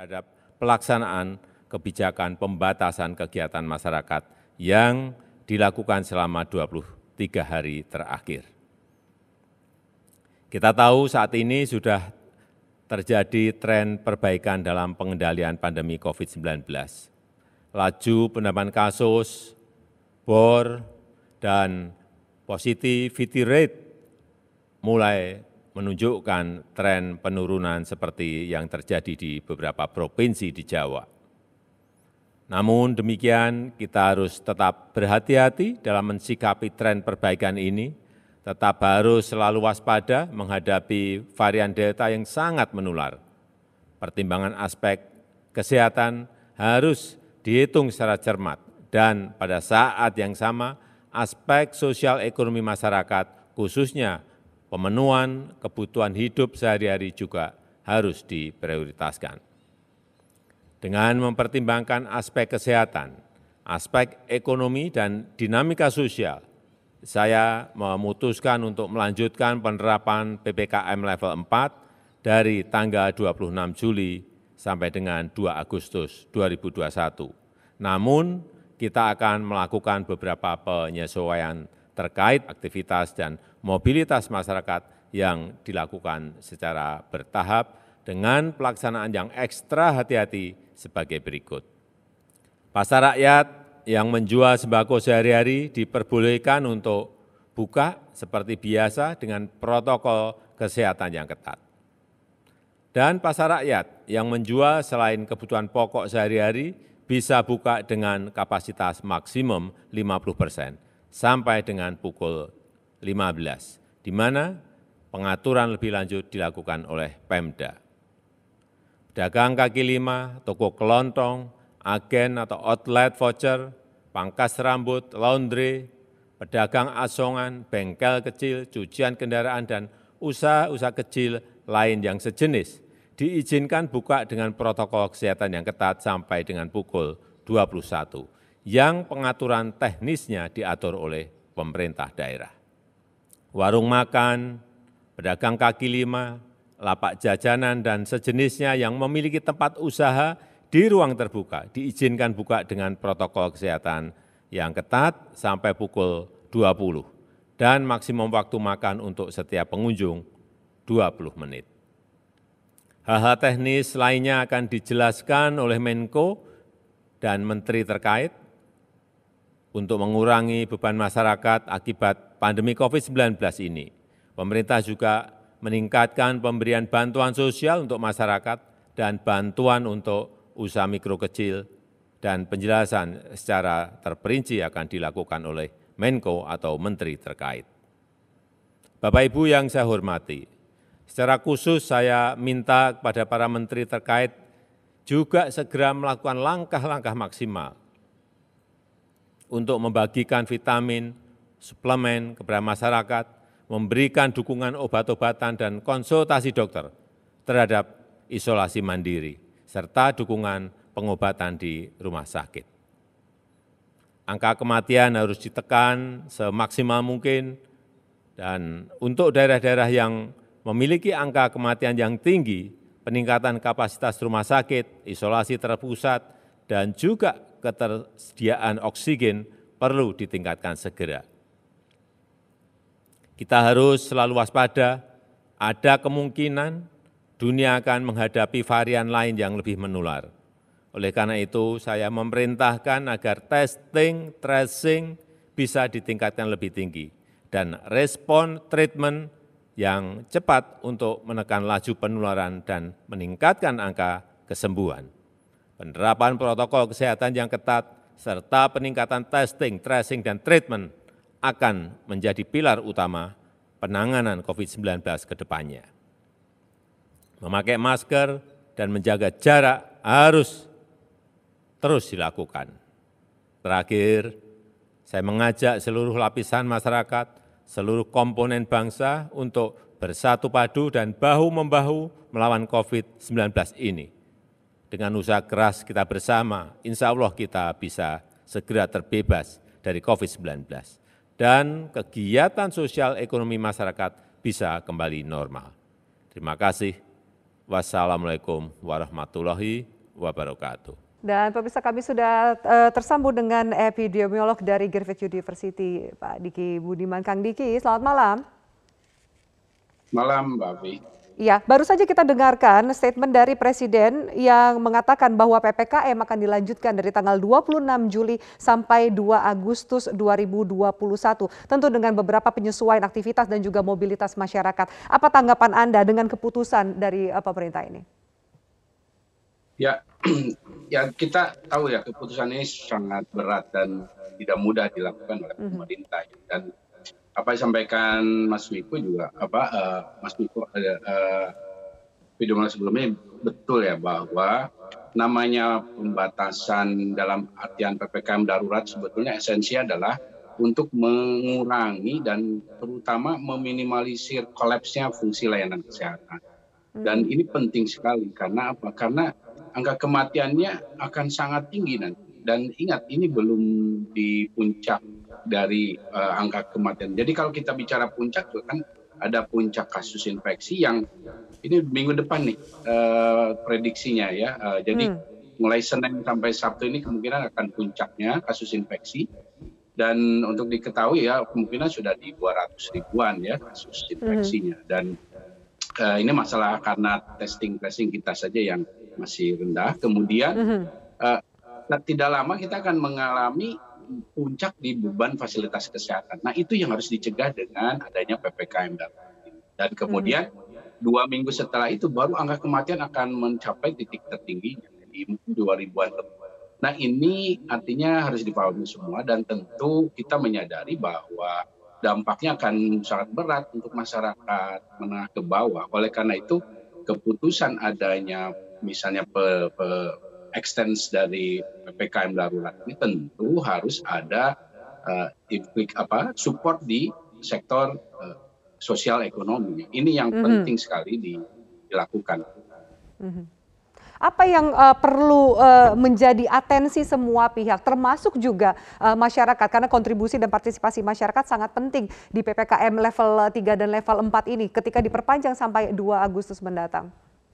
terhadap pelaksanaan kebijakan pembatasan kegiatan masyarakat yang dilakukan selama 23 hari terakhir. Kita tahu saat ini sudah terjadi tren perbaikan dalam pengendalian pandemi COVID-19. Laju penambahan kasus, bor, dan positivity rate mulai menunjukkan tren penurunan seperti yang terjadi di beberapa provinsi di Jawa. Namun demikian, kita harus tetap berhati-hati dalam mensikapi tren perbaikan ini, tetap harus selalu waspada menghadapi varian Delta yang sangat menular. Pertimbangan aspek kesehatan harus dihitung secara cermat, dan pada saat yang sama, aspek sosial ekonomi masyarakat, khususnya pemenuhan kebutuhan hidup sehari-hari juga harus diprioritaskan. Dengan mempertimbangkan aspek kesehatan, aspek ekonomi, dan dinamika sosial, saya memutuskan untuk melanjutkan penerapan PPKM level 4 dari tanggal 26 Juli sampai dengan 2 Agustus 2021. Namun, kita akan melakukan beberapa penyesuaian terkait aktivitas dan mobilitas masyarakat yang dilakukan secara bertahap dengan pelaksanaan yang ekstra hati-hati sebagai berikut. Pasar rakyat yang menjual sembako sehari-hari diperbolehkan untuk buka seperti biasa dengan protokol kesehatan yang ketat. Dan pasar rakyat yang menjual selain kebutuhan pokok sehari-hari bisa buka dengan kapasitas maksimum 50% sampai dengan pukul 15, di mana pengaturan lebih lanjut dilakukan oleh Pemda. Pedagang kaki lima, toko kelontong, agen atau outlet voucher, pangkas rambut, laundry, pedagang asongan, bengkel kecil, cucian kendaraan, dan usaha-usaha kecil lain yang sejenis diizinkan buka dengan protokol kesehatan yang ketat sampai dengan pukul 21, yang pengaturan teknisnya diatur oleh pemerintah daerah. Warung makan, pedagang kaki lima, lapak jajanan, dan sejenisnya yang memiliki tempat usaha di ruang terbuka diizinkan buka dengan protokol kesehatan yang ketat sampai pukul 20 dan maksimum waktu makan untuk setiap pengunjung 20 menit. Hal-hal teknis lainnya akan dijelaskan oleh Menko dan Menteri terkait untuk mengurangi beban masyarakat akibat pandemi COVID-19 ini. Pemerintah juga meningkatkan pemberian bantuan sosial untuk masyarakat dan bantuan untuk usaha mikro kecil, dan penjelasan secara terperinci akan dilakukan oleh Menko atau Menteri terkait. Bapak Ibu yang saya hormati, secara khusus saya minta kepada para menteri terkait juga segera melakukan langkah-langkah maksimal untuk membagikan vitamin, suplemen kepada masyarakat, memberikan dukungan obat-obatan dan konsultasi dokter terhadap isolasi mandiri, serta dukungan pengobatan di rumah sakit. Angka kematian harus ditekan semaksimal mungkin, dan untuk daerah-daerah yang memiliki angka kematian yang tinggi, peningkatan kapasitas rumah sakit, isolasi terpusat, dan juga ketersediaan oksigen perlu ditingkatkan segera. Kita harus selalu waspada, ada kemungkinan dunia akan menghadapi varian lain yang lebih menular. Oleh karena itu, saya memerintahkan agar testing, tracing bisa ditingkatkan lebih tinggi, dan respon treatment yang cepat untuk menekan laju penularan dan meningkatkan angka kesembuhan. Penerapan protokol kesehatan yang ketat, serta peningkatan testing, tracing, dan treatment akan menjadi pilar utama penanganan COVID-19 ke depannya. Memakai masker dan menjaga jarak harus terus dilakukan. Terakhir, saya mengajak seluruh lapisan masyarakat, seluruh komponen bangsa untuk bersatu padu dan bahu-membahu melawan COVID-19 ini. Dengan usaha keras kita bersama, insya Allah kita bisa segera terbebas dari COVID-19. Dan kegiatan sosial ekonomi masyarakat bisa kembali normal. Terima kasih. Wassalamualaikum warahmatullahi wabarakatuh. Dan pemirsa, kami sudah tersambung dengan epidemiolog dari Griffith University, Pak Diki Budiman. Kang Diki, selamat malam. Malam, Mbak Afi. Iya, baru saja kita dengarkan statement dari Presiden yang mengatakan bahwa PPKM akan dilanjutkan dari tanggal 26 Juli sampai 2 Agustus 2021. Tentu dengan beberapa penyesuaian aktivitas dan juga mobilitas masyarakat. Apa tanggapan Anda dengan keputusan dari pemerintah ini? Ya, ya kita tahu ya keputusan ini sangat berat dan tidak mudah dilakukan oleh pemerintah. Dan apa yang disampaikan Mas Miko juga, Mas Miko video sebelumnya betul ya, bahwa namanya pembatasan dalam artian PPKM darurat sebetulnya esensi adalah untuk mengurangi dan terutama meminimalisir kolapsnya fungsi layanan kesehatan. Dan ini penting sekali karena apa? Karena angka kematiannya akan sangat tinggi nanti. Dan ingat, ini belum di puncak dari angka kematian. Jadi kalau kita bicara puncak, kan ada puncak kasus infeksi yang ini minggu depan nih prediksinya ya. Jadi mulai Senin sampai Sabtu ini kemungkinan akan puncaknya kasus infeksi. Dan untuk diketahui ya, kemungkinan sudah di 200 ribuan ya kasus infeksinya. Dan ini masalah karena testing kita saja yang masih rendah. Kemudian tidak lama kita akan mengalami puncak di beban fasilitas kesehatan. Nah, itu yang harus dicegah dengan adanya PPKM darurat. Dan kemudian 2 minggu setelah itu baru angka kematian akan mencapai titik tertingginya di 2.000-an. Nah, ini artinya harus dipahami semua dan tentu kita menyadari bahwa dampaknya akan sangat berat untuk masyarakat menengah ke bawah. Oleh karena itu, keputusan adanya misalnya extends dari PPKM darurat ini tentu harus ada support di sektor sosial ekonomi. Ini yang penting sekali dilakukan. Apa yang perlu menjadi atensi semua pihak, termasuk juga masyarakat, karena kontribusi dan partisipasi masyarakat sangat penting di PPKM level 3 dan level 4 ini ketika diperpanjang sampai 2 Agustus mendatang?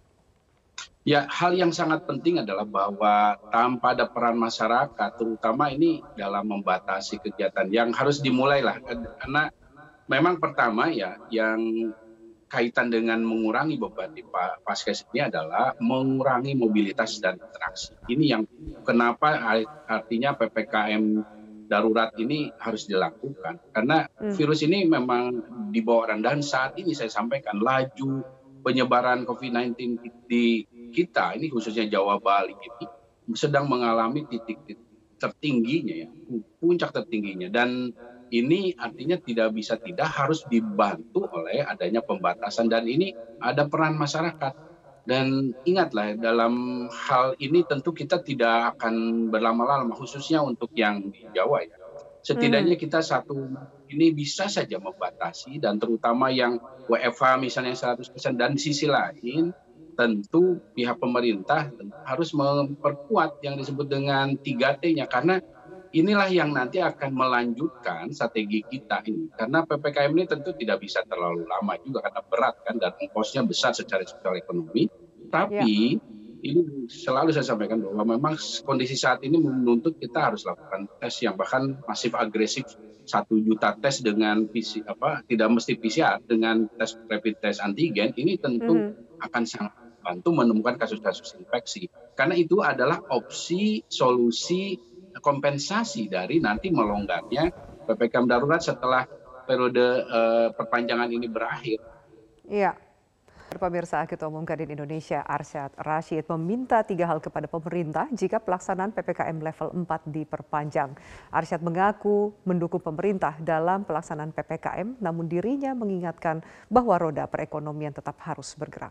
Ya, hal yang sangat penting adalah bahwa tanpa ada peran masyarakat, terutama ini dalam membatasi kegiatan yang harus dimulai lah. Karena memang pertama ya, yang kaitan dengan mengurangi beban di Paskes ini adalah mengurangi mobilitas dan interaksi. Ini yang kenapa artinya PPKM darurat ini harus dilakukan. Karena virus ini memang di bawah rendahan saat ini saya sampaikan laju penyebaran COVID-19 di kita, ini khususnya Jawa Bali ini sedang mengalami titik tertingginya ya, puncak tertingginya. Dan ini artinya tidak bisa tidak harus dibantu oleh adanya pembatasan dan ini ada peran masyarakat. Dan ingatlah dalam hal ini tentu kita tidak akan berlama-lama khususnya untuk yang di Jawa ya. Setidaknya kita ini bisa saja membatasi dan terutama yang WFH misalnya 100%, dan di sisi lain tentu pihak pemerintah harus memperkuat yang disebut dengan 3T-nya karena inilah yang nanti akan melanjutkan strategi kita ini. Karena PPKM ini tentu tidak bisa terlalu lama juga karena berat kan dan ongkosnya besar secara sosial ekonomi. Tapi ini selalu saya sampaikan bahwa memang kondisi saat ini menuntut kita harus lakukan tes yang bahkan masif agresif, 1 juta tes dengan tidak mesti PCR, dengan tes rapid test antigen. Ini tentu akan sangat bantu menemukan kasus-kasus infeksi. Karena itu adalah opsi solusi kompensasi dari nanti melonggarnya PPKM darurat setelah periode perpanjangan ini berakhir. Iya. Pemirsa, Ketua Umum Kadin Indonesia Arsyad Rashid meminta 3 hal kepada pemerintah jika pelaksanaan PPKM level 4 diperpanjang. Arsyad mengaku mendukung pemerintah dalam pelaksanaan PPKM, namun dirinya mengingatkan bahwa roda perekonomian tetap harus bergerak.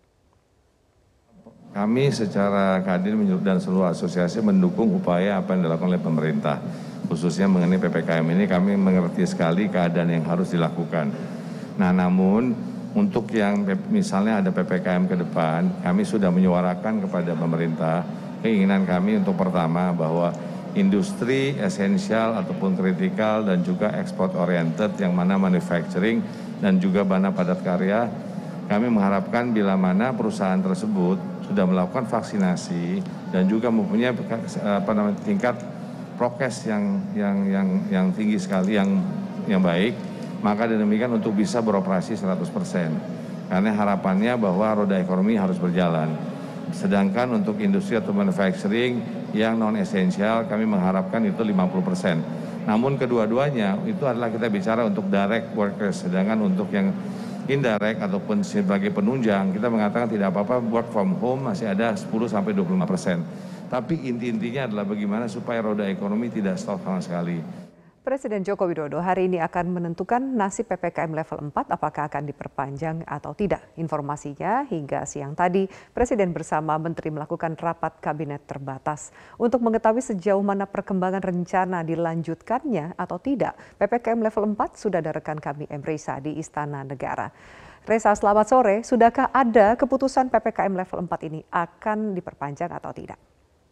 Kami secara Kadin dan seluruh asosiasi mendukung upaya apa yang dilakukan oleh pemerintah. Khususnya mengenai PPKM ini kami mengerti sekali keadaan yang harus dilakukan. Nah namun untuk yang misalnya ada PPKM ke depan, kami sudah menyuarakan kepada pemerintah keinginan kami untuk pertama bahwa industri esensial ataupun kritikal dan juga ekspor oriented yang mana manufacturing dan juga bahan padat karya Kami mengharapkan bila mana perusahaan tersebut sudah melakukan vaksinasi dan juga mempunyai tingkat prokes yang tinggi sekali, yang baik, maka demikian untuk bisa beroperasi 100%. Karena harapannya bahwa roda ekonomi harus berjalan. Sedangkan untuk industri atau manufacturing yang non-esensial kami mengharapkan itu 50%. Namun kedua-duanya itu adalah kita bicara untuk direct workers, sedangkan untuk yang indirect ataupun sebagai penunjang kita mengatakan tidak apa-apa, work from home masih ada 10-25%. Tapi inti-intinya adalah bagaimana supaya roda ekonomi tidak stop sama sekali. Presiden Joko Widodo hari ini akan menentukan nasib PPKM level 4 apakah akan diperpanjang atau tidak. Informasinya hingga siang tadi Presiden bersama Menteri melakukan rapat kabinet terbatas untuk mengetahui sejauh mana perkembangan rencana dilanjutkannya atau tidak. PPKM level 4 sudah ada rekan kami Reza di Istana Negara. Reza, selamat sore. Sudahkah ada keputusan PPKM level 4 ini akan diperpanjang atau tidak?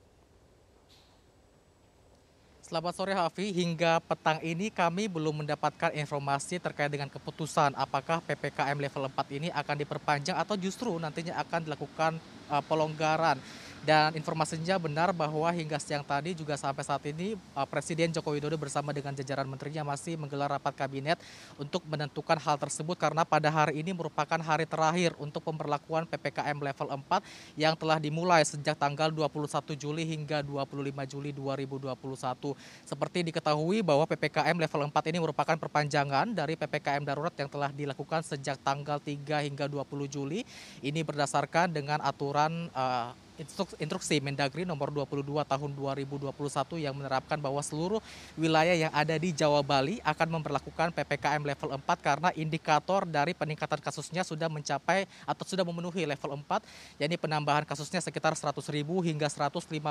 Selamat sore Hafi, hingga petang ini kami belum mendapatkan informasi terkait dengan keputusan apakah PPKM level 4 ini akan diperpanjang atau justru nantinya akan dilakukan pelonggaran. Dan informasinya benar bahwa hingga siang tadi juga sampai saat ini Presiden Joko Widodo bersama dengan jajaran menterinya masih menggelar rapat kabinet untuk menentukan hal tersebut karena pada hari ini merupakan hari terakhir untuk pemberlakuan PPKM level 4 yang telah dimulai sejak tanggal 21 Juli hingga 25 Juli 2021. Seperti diketahui bahwa PPKM level 4 ini merupakan perpanjangan dari PPKM darurat yang telah dilakukan sejak tanggal 3 hingga 20 Juli. Ini berdasarkan dengan aturan instruksi Mendagri nomor 22 tahun 2021 yang menerapkan bahwa seluruh wilayah yang ada di Jawa Bali akan memperlakukan PPKM level 4 karena indikator dari peningkatan kasusnya sudah mencapai atau sudah memenuhi level 4, yakni penambahan kasusnya sekitar 100.000 hingga 150.000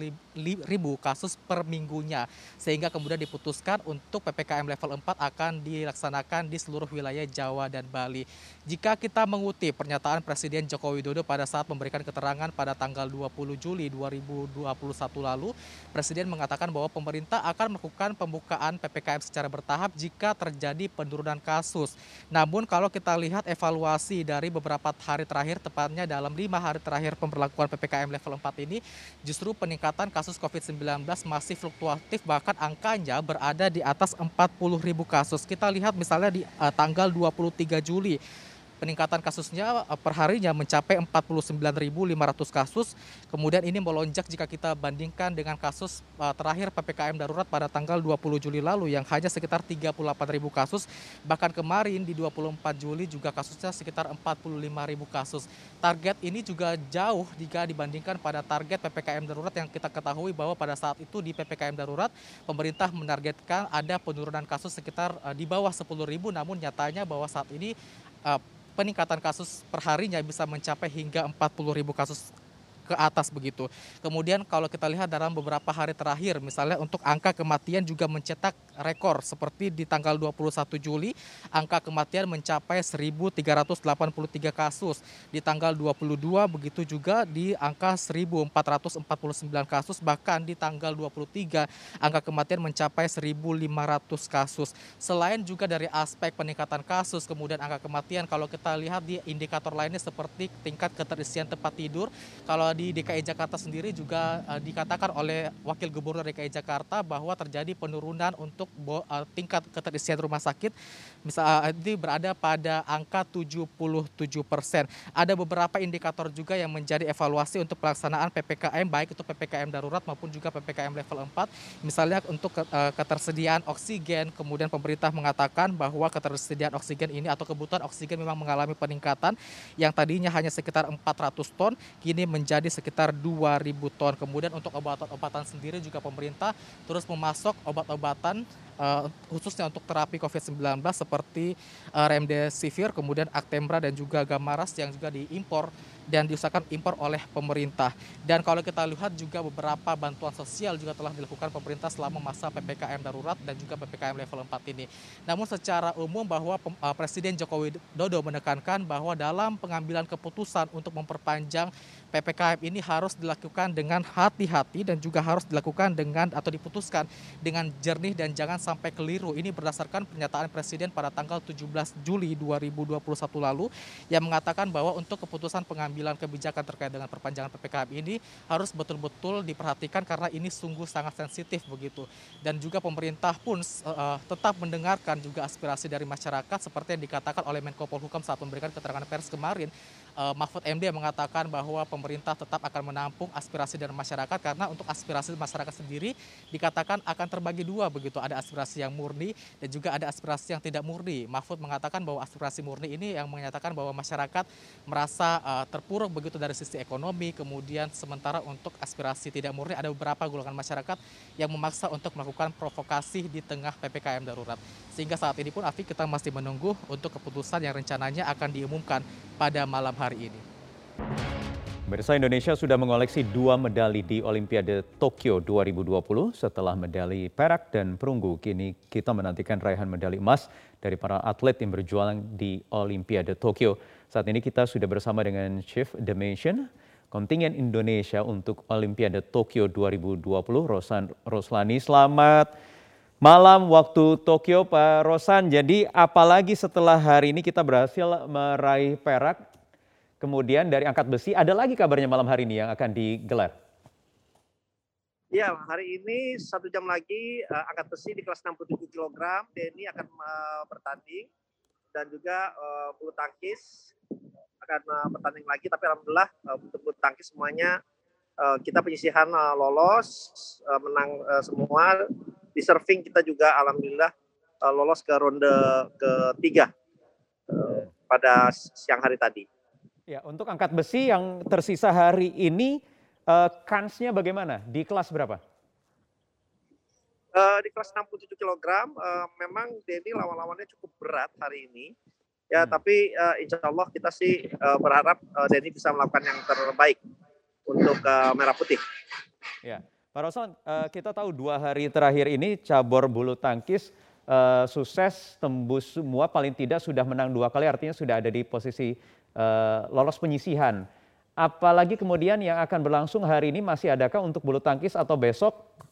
kasus per minggunya. Sehingga kemudian diputuskan untuk PPKM level 4 akan dilaksanakan di seluruh wilayah Jawa dan Bali. Jika kita mengutip pernyataan Presiden Joko Widodo pada saat memberikan keterangan pada tanggal 20 Juli 2021 lalu, Presiden mengatakan bahwa pemerintah akan melakukan pembukaan PPKM secara bertahap jika terjadi penurunan kasus. Namun kalau kita lihat evaluasi dari beberapa hari terakhir, tepatnya dalam 5 hari terakhir pemberlakuan PPKM level 4 ini, justru peningkatan kasus COVID-19 masih fluktuatif, bahkan angkanya berada di atas 40.000 kasus. Kita lihat misalnya di tanggal 23 Juli, peningkatan kasusnya per harinya mencapai 49.500 kasus. Kemudian ini melonjak jika kita bandingkan dengan kasus terakhir PPKM darurat pada tanggal 20 Juli lalu yang hanya sekitar 38.000 kasus. Bahkan kemarin di 24 Juli juga kasusnya sekitar 45.000 kasus. Target ini juga jauh jika dibandingkan pada target PPKM darurat yang kita ketahui bahwa pada saat itu di PPKM darurat pemerintah menargetkan ada penurunan kasus sekitar di bawah 10.000, namun nyatanya bahwa saat ini peningkatan kasus per harinya bisa mencapai hingga 40.000 kasus ke atas begitu. Kemudian kalau kita lihat dalam beberapa hari terakhir, misalnya untuk angka kematian juga mencetak rekor seperti di tanggal 21 Juli, angka kematian mencapai 1.383 kasus. Di tanggal 22 begitu juga di angka 1.449 kasus, bahkan di tanggal 23 angka kematian mencapai 1.500 kasus. Selain juga dari aspek peningkatan kasus, kemudian angka kematian, kalau kita lihat di indikator lainnya seperti tingkat keterisian tempat tidur, kalau di DKI Jakarta sendiri juga dikatakan oleh Wakil Gubernur DKI Jakarta bahwa terjadi penurunan untuk tingkat keterisian rumah sakit, misalnya ini berada pada angka 77%. Ada beberapa indikator juga yang menjadi evaluasi untuk pelaksanaan PPKM, baik itu PPKM darurat maupun juga PPKM level 4. Misalnya untuk ketersediaan oksigen, kemudian pemerintah mengatakan bahwa ketersediaan oksigen ini atau kebutuhan oksigen memang mengalami peningkatan yang tadinya hanya sekitar 400 ton, kini menjadi sekitar 2.000 ton. Kemudian untuk obat-obatan sendiri juga pemerintah terus memasok obat-obatan khususnya untuk terapi COVID-19 seperti Remdesivir, kemudian Actemra dan juga Gamaras yang juga diimpor dan diusahakan impor oleh pemerintah. Dan kalau kita lihat juga beberapa bantuan sosial juga telah dilakukan pemerintah selama masa PPKM darurat dan juga PPKM level 4 ini. Namun secara umum bahwa Presiden Joko Widodo menekankan bahwa dalam pengambilan keputusan untuk memperpanjang PPKM ini harus dilakukan dengan hati-hati dan juga harus dilakukan dengan atau diputuskan dengan jernih dan jangan sampai keliru. Ini berdasarkan pernyataan Presiden pada tanggal 17 Juli 2021 lalu yang mengatakan bahwa untuk keputusan pengambilan kebijakan terkait dengan perpanjangan PPKM ini harus betul-betul diperhatikan karena ini sungguh sangat sensitif begitu. Dan juga pemerintah pun tetap mendengarkan juga aspirasi dari masyarakat seperti yang dikatakan oleh Menko Polhukam saat memberikan keterangan pers kemarin. Mahfud MD mengatakan bahwa pemerintah tetap akan menampung aspirasi dari masyarakat karena untuk aspirasi masyarakat sendiri dikatakan akan terbagi dua begitu. Ada aspirasi yang murni dan juga ada aspirasi yang tidak murni. Mahfud mengatakan bahwa aspirasi murni ini yang menyatakan bahwa masyarakat merasa terpuruk begitu dari sisi ekonomi. Kemudian sementara untuk aspirasi tidak murni ada beberapa golongan masyarakat yang memaksa untuk melakukan provokasi di tengah PPKM darurat. Sehingga saat ini pun Afi kita masih menunggu untuk keputusan yang rencananya akan diumumkan pada malam hari ini. Pemirsa, Indonesia sudah mengoleksi 2 medali di Olimpiade Tokyo 2020 setelah medali perak dan perunggu. Kini kita menantikan raihan medali emas dari para atlet yang berjualan di Olimpiade Tokyo. Saat ini kita sudah bersama dengan Chief the Mission kontingen Indonesia untuk Olimpiade Tokyo 2020, Rosan Roslani. Selamat malam waktu Tokyo, Pak Rosan. Jadi apalagi setelah hari ini kita berhasil meraih perak, kemudian dari angkat besi, ada lagi kabarnya malam hari ini yang akan digelar? Ya, hari ini 1 jam lagi angkat besi di kelas 67 kg, Denny akan bertanding. Dan juga bulu tangkis akan bertanding lagi, tapi alhamdulillah untuk bulu tangkis semuanya kita penyisihan lolos, menang semua. Di surfing kita juga alhamdulillah lolos ke ronde ketiga pada siang hari tadi. Ya, untuk angkat besi yang tersisa hari ini, kansnya bagaimana? Di kelas berapa? Di kelas 67 kg, memang Denny lawan-lawannya cukup berat hari ini. Ya, tapi insya Allah kita sih berharap Denny bisa melakukan yang terbaik untuk Merah Putih. Ya, Pak Rosan, kita tahu 2 hari terakhir ini cabur bulu tangkis sukses tembus semua, paling tidak sudah menang 2 kali, artinya sudah ada di posisi lolos penyisihan. Apalagi kemudian yang akan berlangsung hari ini, masih adakah untuk bulu tangkis atau besok?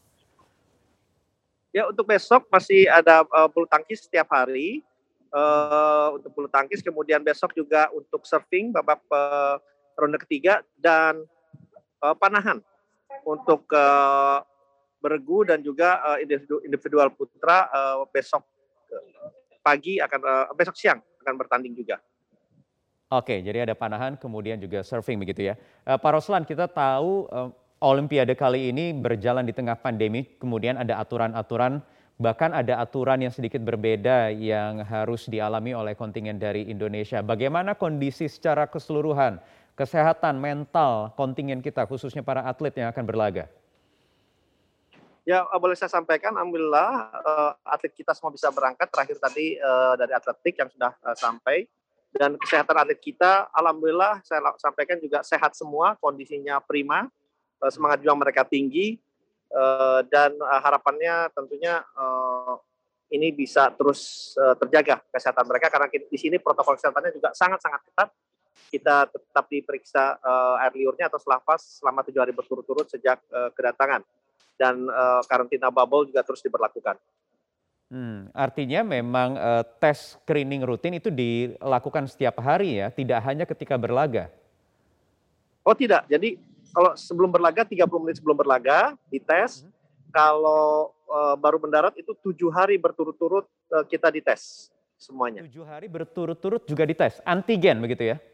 Ya, untuk besok masih ada bulu tangkis setiap hari. Untuk bulu tangkis, kemudian besok juga untuk surfing babak ronde ketiga dan panahan untuk beregu dan juga individual putra besok pagi besok siang akan bertanding juga. Oke, jadi ada panahan, kemudian juga surfing begitu ya. Pak Roslan, kita tahu Olimpiade kali ini berjalan di tengah pandemi, kemudian ada aturan-aturan, bahkan ada aturan yang sedikit berbeda yang harus dialami oleh kontingen dari Indonesia. Bagaimana kondisi secara keseluruhan, kesehatan mental kontingen kita, khususnya para atlet yang akan berlaga? Ya, boleh saya sampaikan, alhamdulillah atlet kita semua bisa berangkat. Terakhir tadi dari atletik yang sudah sampai. Dan kesehatan atlet kita, alhamdulillah saya sampaikan juga sehat semua, kondisinya prima, semangat juang mereka tinggi, dan harapannya tentunya ini bisa terus terjaga kesehatan mereka, karena di sini protokol kesehatannya juga sangat-sangat ketat. Kita tetap diperiksa air liurnya atau selafas selama 7 hari berturut-turut sejak kedatangan. Dan karantina bubble juga terus diberlakukan. Artinya memang tes screening rutin itu dilakukan setiap hari ya, tidak hanya ketika berlaga? Oh tidak, jadi kalau sebelum berlaga, 30 menit sebelum berlaga dites. Kalau baru mendarat itu 7 hari berturut-turut kita dites semuanya. 7 hari berturut-turut juga dites, antigen begitu ya?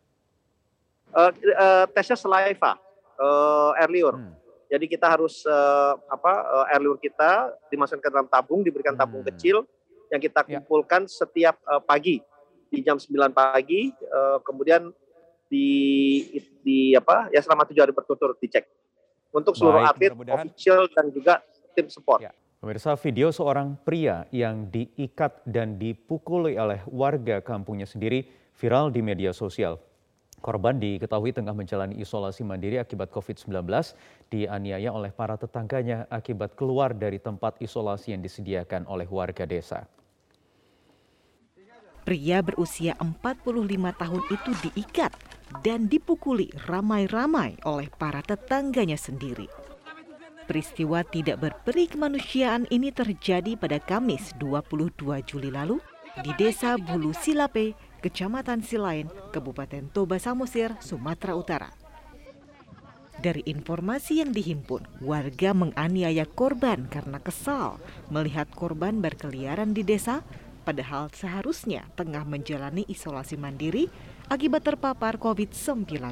Tesnya saliva, air liur. Jadi kita harus air liur kita dimasukkan ke dalam tabung, diberikan tabung kecil yang kita kumpulkan setiap pagi di jam 9 pagi, kemudian selama 7 hari berturut-turut dicek untuk seluruh atlet, official dan juga tim support. Ya. Pemirsa, video seorang pria yang diikat dan dipukuli oleh warga kampungnya sendiri viral di media sosial. Korban diketahui tengah menjalani isolasi mandiri akibat COVID-19, dianiaya oleh para tetangganya akibat keluar dari tempat isolasi yang disediakan oleh warga desa. Pria berusia 45 tahun itu diikat dan dipukuli ramai-ramai oleh para tetangganya sendiri. Peristiwa tidak berperi kemanusiaan ini terjadi pada Kamis 22 Juli lalu di Desa Bulu Silape, Kecamatan Silain, Kabupaten Toba Samosir, Sumatera Utara. Dari informasi yang dihimpun, warga menganiaya korban karena kesal melihat korban berkeliaran di desa, padahal seharusnya tengah menjalani isolasi mandiri akibat terpapar COVID-19.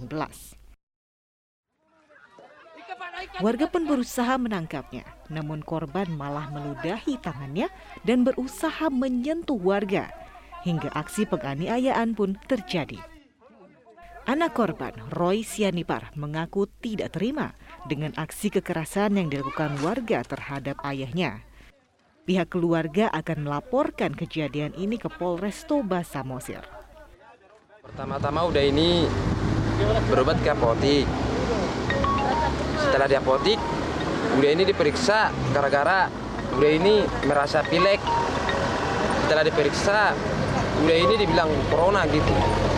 Warga pun berusaha menangkapnya, namun korban malah meludahi tangannya dan berusaha menyentuh warga, hingga aksi penganiayaan pun terjadi. Anak korban, Roy Sianipar, mengaku tidak terima dengan aksi kekerasan yang dilakukan warga terhadap ayahnya. Pihak keluarga akan melaporkan kejadian ini ke Polres Toba Samosir. Pertama-tama udah ini berobat ke apotik. Setelah di apotik, udah ini diperiksa gara-gara udah ini merasa pilek. Setelah diperiksa, udah ini dibilang corona gitu.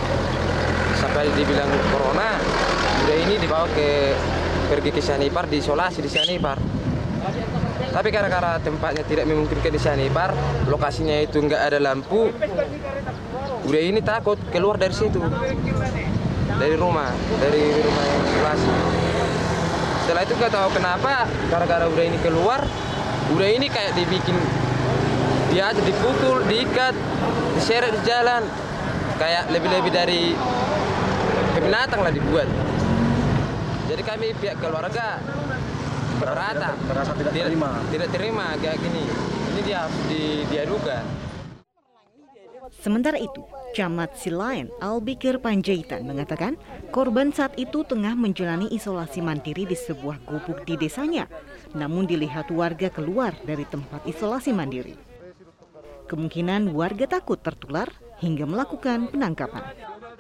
Sampai dibilang corona, udah ini dibawa pergi ke Sianipar, diisolasi di Sianipar. Tapi gara-gara tempatnya tidak memungkinkan di Sianipar, lokasinya itu nggak ada lampu, udah ini takut keluar dari situ, dari rumah yang isolasi. Setelah itu nggak tahu kenapa, gara-gara udah ini keluar, udah ini kayak dibikin, dia aja dipukul, diikat, diseret di jalan, kayak lebih-lebih dari binatang lah dibuat. Jadi kami pihak keluarga berata, tidak terima kayak gini. Ini dia diadukan. Sementara itu, Camat Silain Albikir Panjaitan mengatakan korban saat itu tengah menjalani isolasi mandiri di sebuah gubuk di desanya, namun dilihat warga keluar dari tempat isolasi mandiri. Kemungkinan warga takut tertular hingga melakukan penangkapan.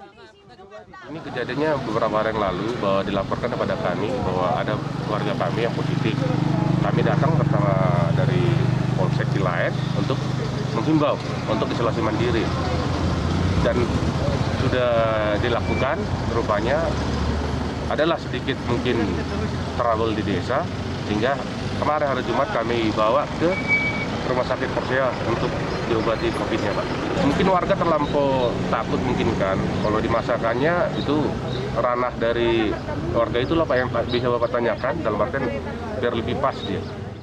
Ini kejadiannya beberapa hari yang lalu bahwa dilaporkan kepada kami bahwa ada warga kami yang positif. Kami datang bersama dari Polsek Silain untuk menghimbau untuk isolasi mandiri. Dan sudah dilakukan, rupanya adalah sedikit mungkin trouble di desa, sehingga kemarin hari Jumat kami bawa ke Rumah Sakit Persea untuk diobati COVID-nya, Pak. Mungkin warga terlampau takut mungkin kan, kalau dimasakannya itu ranah dari warga itulah Pak yang bisa Bapak tanyakan, dalam artian biar lebih pas dia.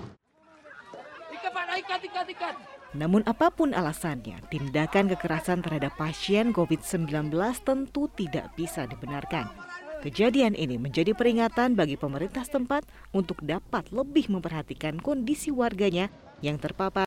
Namun apapun alasannya, tindakan kekerasan terhadap pasien COVID-19 tentu tidak bisa dibenarkan. Kejadian ini menjadi peringatan bagi pemerintah setempat untuk dapat lebih memperhatikan kondisi warganya yang terpapar